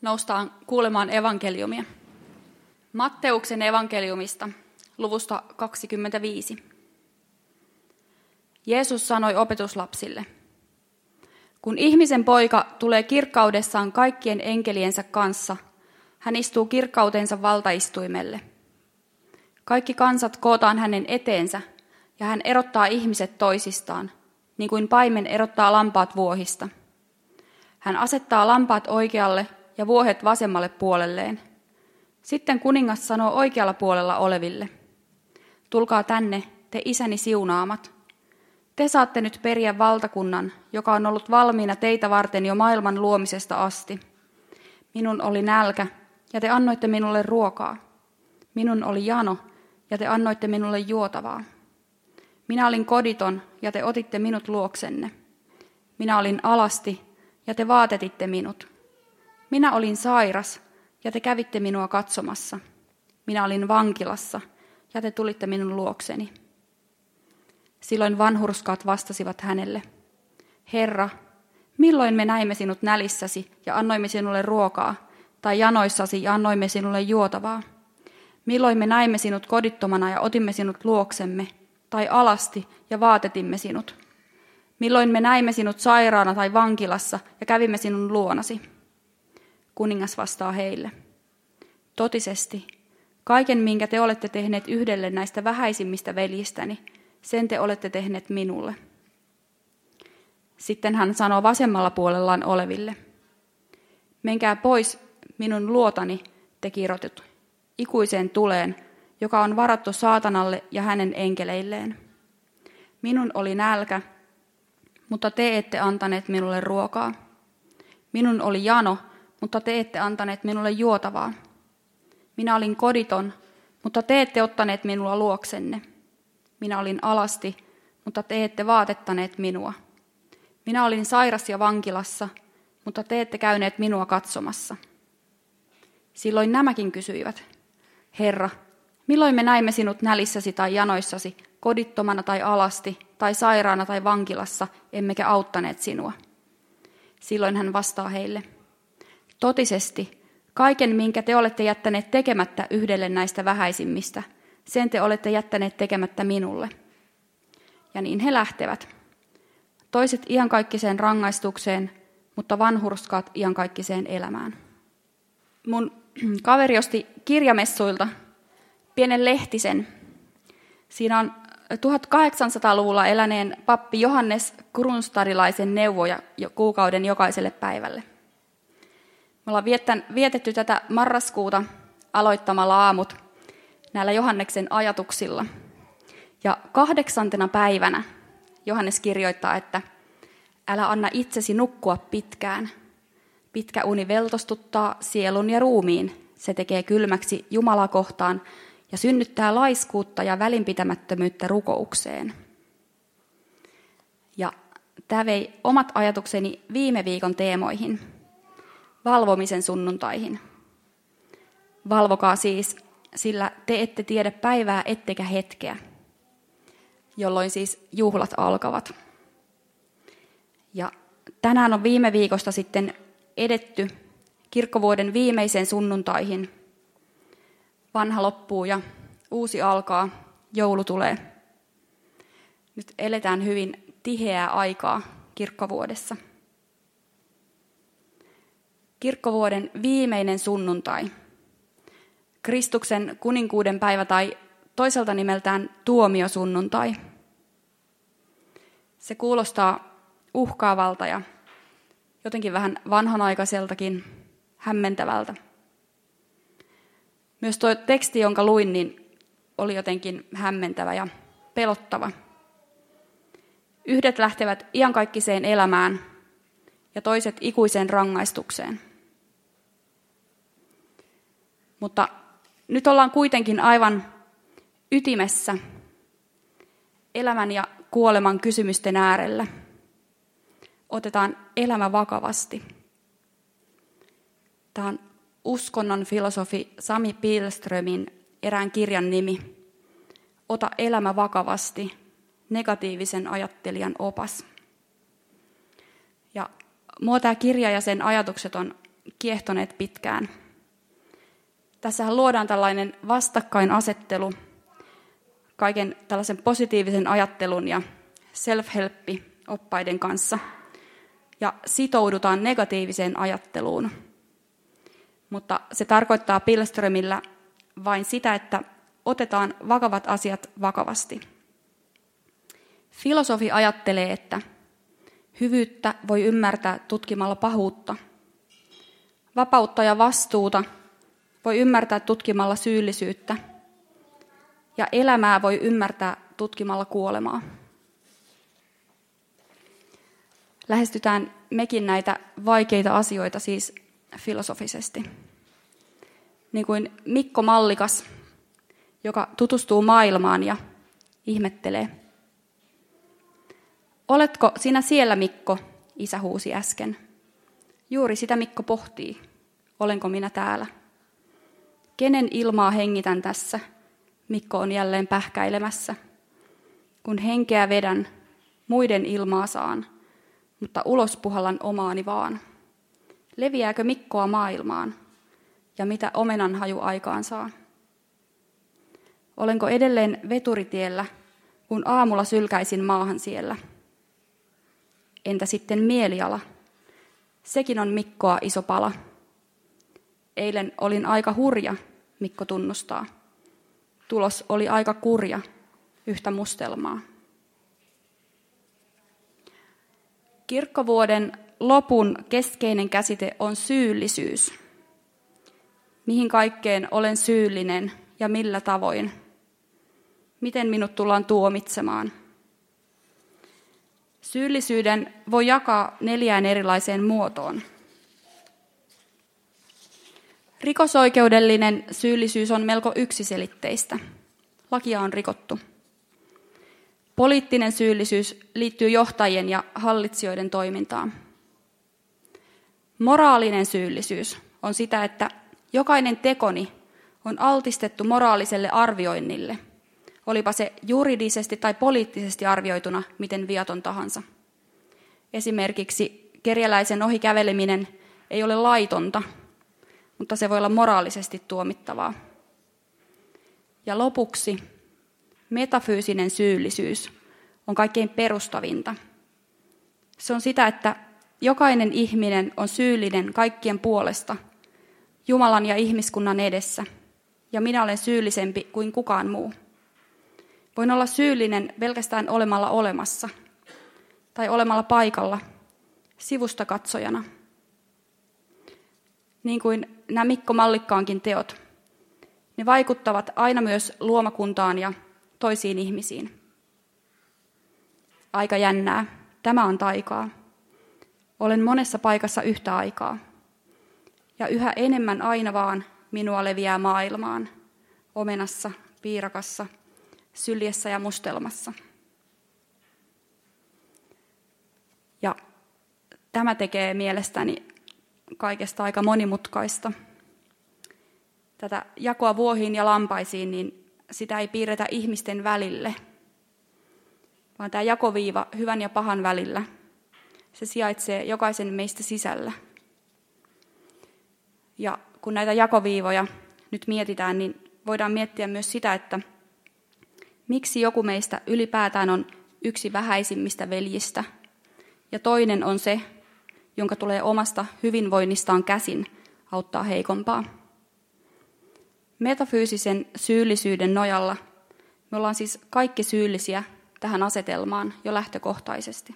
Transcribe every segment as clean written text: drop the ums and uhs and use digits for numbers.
Noustaan kuulemaan evankeliumia. Matteuksen evankeliumista, luvusta 25. Jeesus sanoi opetuslapsille: kun ihmisen poika tulee kirkkaudessaan kaikkien enkeliensä kanssa, hän istuu kirkkautensa valtaistuimelle. Kaikki kansat kootaan hänen eteensä, ja hän erottaa ihmiset toisistaan, niin kuin paimen erottaa lampaat vuohista. Hän asettaa lampaat oikealle ja vuohet vasemmalle puolelleen. Sitten kuningas sanoo oikealla puolella oleville: tulkaa tänne, te isäni siunaamat. Te saatte nyt periä valtakunnan, joka on ollut valmiina teitä varten jo maailman luomisesta asti. Minun oli nälkä, ja te annoitte minulle ruokaa. Minun oli jano, ja te annoitte minulle juotavaa. Minä olin koditon, ja te otitte minut luoksenne. Minä olin alasti, ja te vaatetitte minut. Minä olin sairas, ja te kävitte minua katsomassa. Minä olin vankilassa, ja te tulitte minun luokseni. Silloin vanhurskaat vastasivat hänelle: Herra, milloin me näimme sinut nälissäsi ja annoimme sinulle ruokaa, tai janoissasi ja annoimme sinulle juotavaa? Milloin me näimme sinut kodittomana ja otimme sinut luoksemme, tai alasti ja vaatetimme sinut? Milloin me näimme sinut sairaana tai vankilassa ja kävimme sinun luonasi? Kuningas vastaa heille: totisesti, kaiken minkä te olette tehneet yhdelle näistä vähäisimmistä veljistäni, sen te olette tehneet minulle. Sitten hän sanoo vasemmalla puolellaan oleville: menkää pois minun luotani, te kirotut, ikuiseen tuleen, joka on varattu saatanalle ja hänen enkeleilleen. Minun oli nälkä, mutta te ette antaneet minulle ruokaa. Minun oli jano, mutta te ette antaneet minulle juotavaa. Minä olin koditon, mutta te ette ottaneet minua luoksenne. Minä olin alasti, mutta te ette vaatettaneet minua. Minä olin sairas ja vankilassa, mutta te ette käyneet minua katsomassa. Silloin nämäkin kysyivät: Herra, milloin me näimme sinut nälissäsi tai janoissasi, kodittomana tai alasti, tai sairaana tai vankilassa, emmekä auttaneet sinua? Silloin hän vastaa heille: totisesti, kaiken minkä te olette jättäneet tekemättä yhdelle näistä vähäisimmistä, sen te olette jättäneet tekemättä minulle. Ja niin he lähtevät. Toiset iankaikkiseen rangaistukseen, mutta vanhurskaat iankaikkiseen elämään. Mun kaveri osti kirjamessuilta pienen lehtisen. Siinä on 1800-luvulla eläneen pappi Johannes Kronstadilaisen neuvoja kuukauden jokaiselle päivälle. Me ollaan vietetty tätä marraskuuta aloittamalla aamut näillä Johanneksen ajatuksilla. Ja 8. päivänä Johannes kirjoittaa, että älä anna itsesi nukkua pitkään. Pitkä uni veltostuttaa sielun ja ruumiin. Se tekee kylmäksi Jumalaa kohtaan ja synnyttää laiskuutta ja välinpitämättömyyttä rukoukseen. Ja tämä vei omat ajatukseni viime viikon teemoihin, valvomisen sunnuntaihin. Valvokaa siis, sillä te ette tiedä päivää ettekä hetkeä, jolloin siis juhlat alkavat. Ja tänään on viime viikosta sitten edetty kirkkovuoden viimeiseen sunnuntaihin. Vanha loppuu ja uusi alkaa, joulu tulee. Nyt eletään hyvin tiheää aikaa kirkkovuodessa. Kirkkovuoden viimeinen sunnuntai. Kristuksen kuninkuuden päivä tai toiselta nimeltään tuomiosunnuntai. Se kuulostaa uhkaavalta ja jotenkin vähän vanhanaikaiseltakin, hämmentävältä. Myös tuo teksti, jonka luin, niin oli jotenkin hämmentävä ja pelottava. Yhdet lähtevät iankaikkiseen elämään ja toiset ikuiseen rangaistukseen. Mutta nyt ollaan kuitenkin aivan ytimessä elämän ja kuoleman kysymysten äärellä. Otetaan elämä vakavasti. Tämä on uskonnon filosofi Sami Pihlströmin erään kirjan nimi. Ota elämä vakavasti, negatiivisen ajattelijan opas. Ja mua tämä kirja ja sen ajatukset on kiehtoneet pitkään. Tässähän luodaan tällainen vastakkainasettelu kaiken tällaisen positiivisen ajattelun ja self-help-oppaiden kanssa. Ja sitoudutaan negatiiviseen ajatteluun. Mutta se tarkoittaa Pihlströmillä vain sitä, että otetaan vakavat asiat vakavasti. Filosofi ajattelee, että hyvyyttä voi ymmärtää tutkimalla pahuutta. Vapautta ja vastuuta voi ymmärtää tutkimalla syyllisyyttä. Ja elämää voi ymmärtää tutkimalla kuolemaa. Lähestytään mekin näitä vaikeita asioita siis filosofisesti. Niin kuin Mikko Mallikas, joka tutustuu maailmaan ja ihmettelee. Oletko sinä siellä, Mikko, isä huusi äsken. Juuri sitä Mikko pohtii. Olenko minä täällä? Kenen ilmaa hengitän tässä? Mikko on jälleen pähkäilemässä. Kun henkeä vedän, muiden ilmaa saan, mutta ulos puhallan omaani vaan. Leviääkö Mikkoa maailmaan? Ja mitä omenan haju aikaan saa? Olenko edelleen veturitiellä, kun aamulla sylkäisin maahan siellä? Entä sitten mieliala? Sekin on Mikkoa iso pala. Eilen olin aika hurja, Mikko tunnustaa. Tulos oli aika kurja, yhtä mustelmaa. Kirkkovuoden lopun keskeinen käsite on syyllisyys. Mihin kaikkeen olen syyllinen ja millä tavoin? Miten minut tullaan tuomitsemaan? Syyllisyyden voi jakaa 4 erilaiseen muotoon. Rikosoikeudellinen syyllisyys on melko yksiselitteistä. Lakia on rikottu. Poliittinen syyllisyys liittyy johtajien ja hallitsijoiden toimintaan. Moraalinen syyllisyys on sitä, että jokainen tekoni on altistettu moraaliselle arvioinnille, olipa se juridisesti tai poliittisesti arvioituna miten viaton tahansa. Esimerkiksi kerjäläisen ohi käveleminen ei ole laitonta, mutta se voi olla moraalisesti tuomittavaa. Ja lopuksi metafyysinen syyllisyys on kaikkein perustavinta. Se on sitä, että jokainen ihminen on syyllinen kaikkien puolesta, Jumalan ja ihmiskunnan edessä, ja minä olen syyllisempi kuin kukaan muu. Voin olla syyllinen pelkästään olemalla olemassa, tai olemalla paikalla, sivusta katsojana. Niin kuin nämä Mikko Mallikkaankin teot, ne vaikuttavat aina myös luomakuntaan ja toisiin ihmisiin. Aika jännää. Tämä on taikaa. Olen monessa paikassa yhtä aikaa. Ja yhä enemmän aina vaan minua leviää maailmaan. Omenassa, piirakassa, syljessä ja mustelmassa. Ja tämä tekee mielestäni kaikesta aika monimutkaista. Tätä jakoa vuohiin ja lampaisiin, niin sitä ei piirretä ihmisten välille, vaan tämä jakoviiva hyvän ja pahan välillä, se sijaitsee jokaisen meistä sisällä. Ja kun näitä jakoviivoja nyt mietitään, niin voidaan miettiä myös sitä, että miksi joku meistä ylipäätään on yksi vähäisimmistä veljistä, ja toinen on se, jonka tulee omasta hyvinvoinnistaan käsin auttaa heikompaa. Metafyysisen syyllisyyden nojalla me ollaan siis kaikki syyllisiä tähän asetelmaan jo lähtökohtaisesti.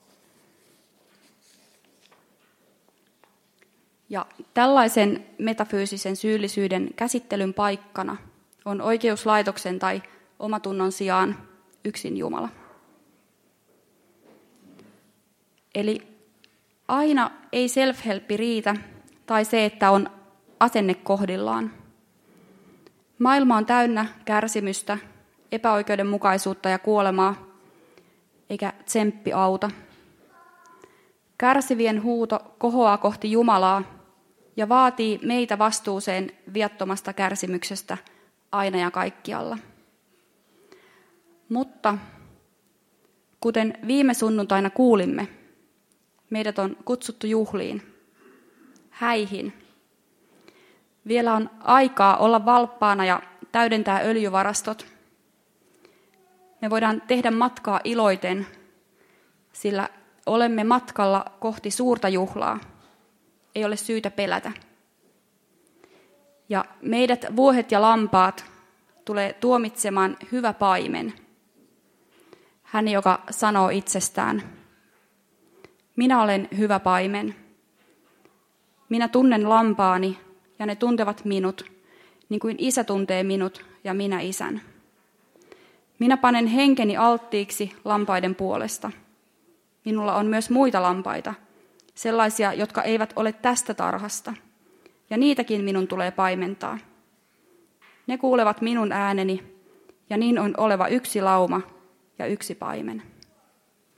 Ja tällaisen metafyysisen syyllisyyden käsittelyn paikkana on oikeuslaitoksen tai omatunnon sijaan yksin Jumala. Eli aina ei self-help riitä tai se, että on asenne kohdillaan. Maailma on täynnä kärsimystä, epäoikeudenmukaisuutta ja kuolemaa, eikä tsemppi auta. Kärsivien huuto kohoaa kohti Jumalaa ja vaatii meitä vastuuseen viattomasta kärsimyksestä aina ja kaikkialla. Mutta kuten viime sunnuntaina kuulimme, meidät on kutsuttu juhliin. häihin. Vielä on aikaa olla valppaana ja täydentää öljyvarastot. Me voidaan tehdä matkaa iloiten, sillä olemme matkalla kohti suurta juhlaa. Ei ole syytä pelätä. Ja meidät vuohet ja lampaat tulee tuomitsemaan hyvä paimen. Hän, joka sanoo itsestään, minä olen hyvä paimen. Minä tunnen lampaani ja ne tuntevat minut, niin kuin isä tuntee minut ja minä isän. Minä panen henkeni alttiiksi lampaiden puolesta. Minulla on myös muita lampaita, sellaisia, jotka eivät ole tästä tarhasta, ja niitäkin minun tulee paimentaa. Ne kuulevat minun ääneni, ja niin on oleva yksi lauma ja yksi paimen.